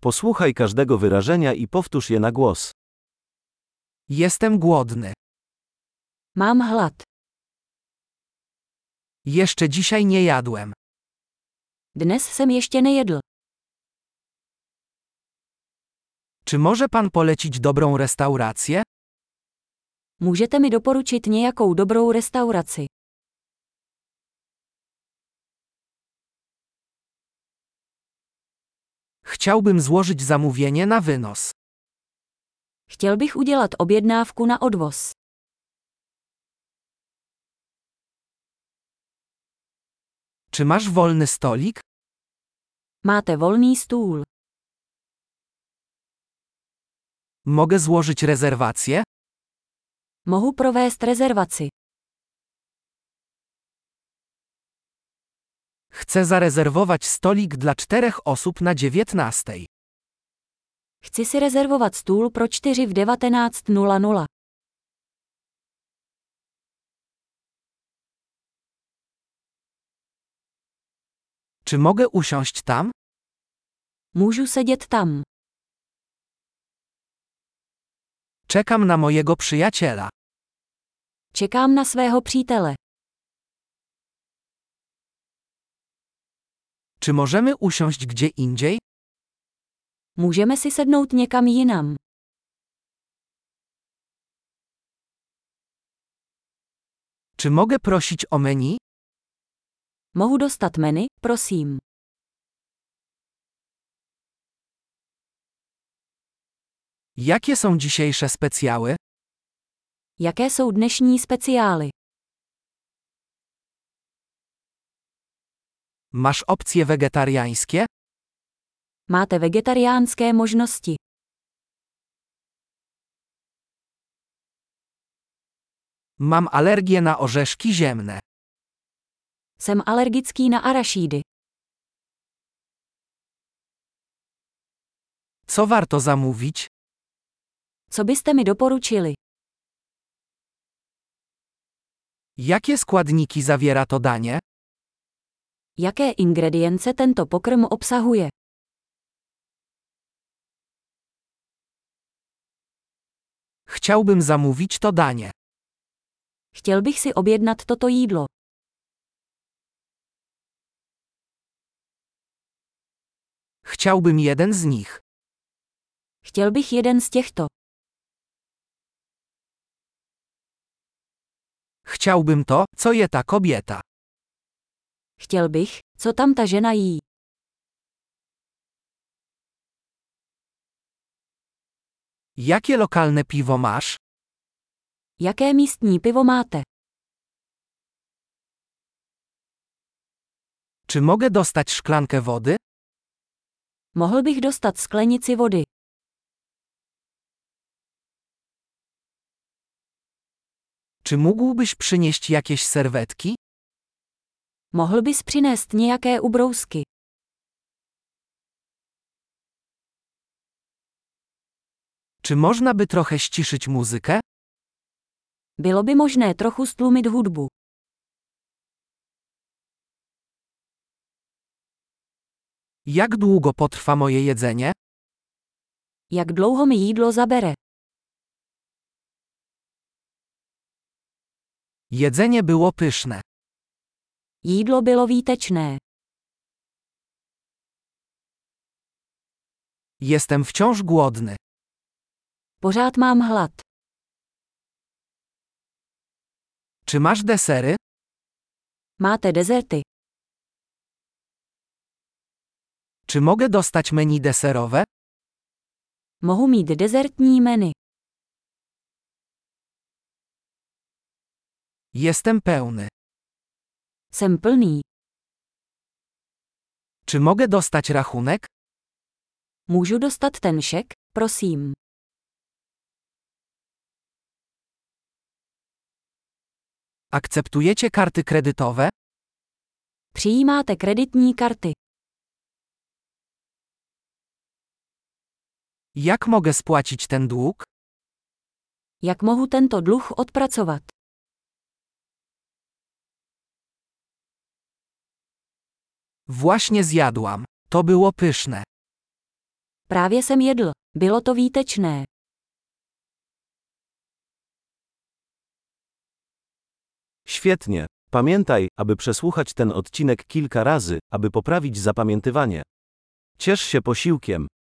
Posłuchaj każdego wyrażenia i powtórz je na głos. Jestem głodny. Mám hlad. Jeszcze dzisiaj nie jadłem. Dnes jsem ještě nejedl. Czy może pan polecić dobrą restaurację? Můžete mi doporučit nějakou dobrou restauraci? Chciałbym złożyć zamówienie na wynos. Chtěl bych udělat objednávku na odvoz. Czy masz wolny stolik? Máte volný stůl. Mogę złożyć rezerwację? Mohu provést rezervaci. Chcę zarezerwować stolik dla 4 osób na 19. Chci si rezervovat stůl pro 4 v 19:00. Czy mogę usiąść tam? Můžu sedět tam. Czekam na mojego przyjaciela. Čekám na svého přítele. Czy możemy usiąść gdzie indziej? Můžeme si sednout někam jinam. Czy mogę prosić o menu? Mohu dostat menu, prosím. Jakie są dzisiejsze specjały? Jaké jsou dnešní speciály? Masz opcje wegetariańskie? Máte vegetariánské možnosti. Mam alergię na orzeszki ziemne. Jsem alergický na arašídy. Co warto zamówić? Co byste mi doporučili? Jakie składniki zawiera to danie? Jaké ingredience tento pokrm obsahuje? Chciałbym zamówić to danie. Chtěl bych si objednat toto jídlo. Chciałbym jeden z nich. Chtěl bych jeden z těchto. Chciałbym to, co je ta kobieta. Chtěl bych, co tam ta žena jí. Jakie lokalne piwo masz? Jaké místní pivo máte? Czy mogę dostać szklankę wody? Mohl bych dostat sklenici vody. Czy mógłbyś przynieść jakieś serwetki? Mohl bys přinést nějaké ubrousky. Czy można by trochę ściszyć muzykę? Bylo by možné trochu stlumit hudbu. Jak długo potrwa moje jedzenie? Jak dlouho mi jídlo zabere? Jedzenie było pyszne. Jídlo bylo výtečné. Jestem wciąż głodny. Pořád mám hlad. Czy masz desery? Máte dezerty? Czy mogę dostać menu deserowe? Mohu mít dezertní menu. Jestem pełny. Jsem plný. Czy mogę dostać rachunek? Můžu dostat ten šek, prosím. Akceptujecie karty kredytowe? Přijímáte kreditní karty. Jak mogę spłacić ten dług? Jak mohu tento dluh odpracovat? Właśnie zjadłam. To było pyszne. Právě jsem jedl. Bylo to výtečné. Świetnie. Pamiętaj, aby przesłuchać ten odcinek kilka razy, aby poprawić zapamiętywanie. Ciesz się posiłkiem.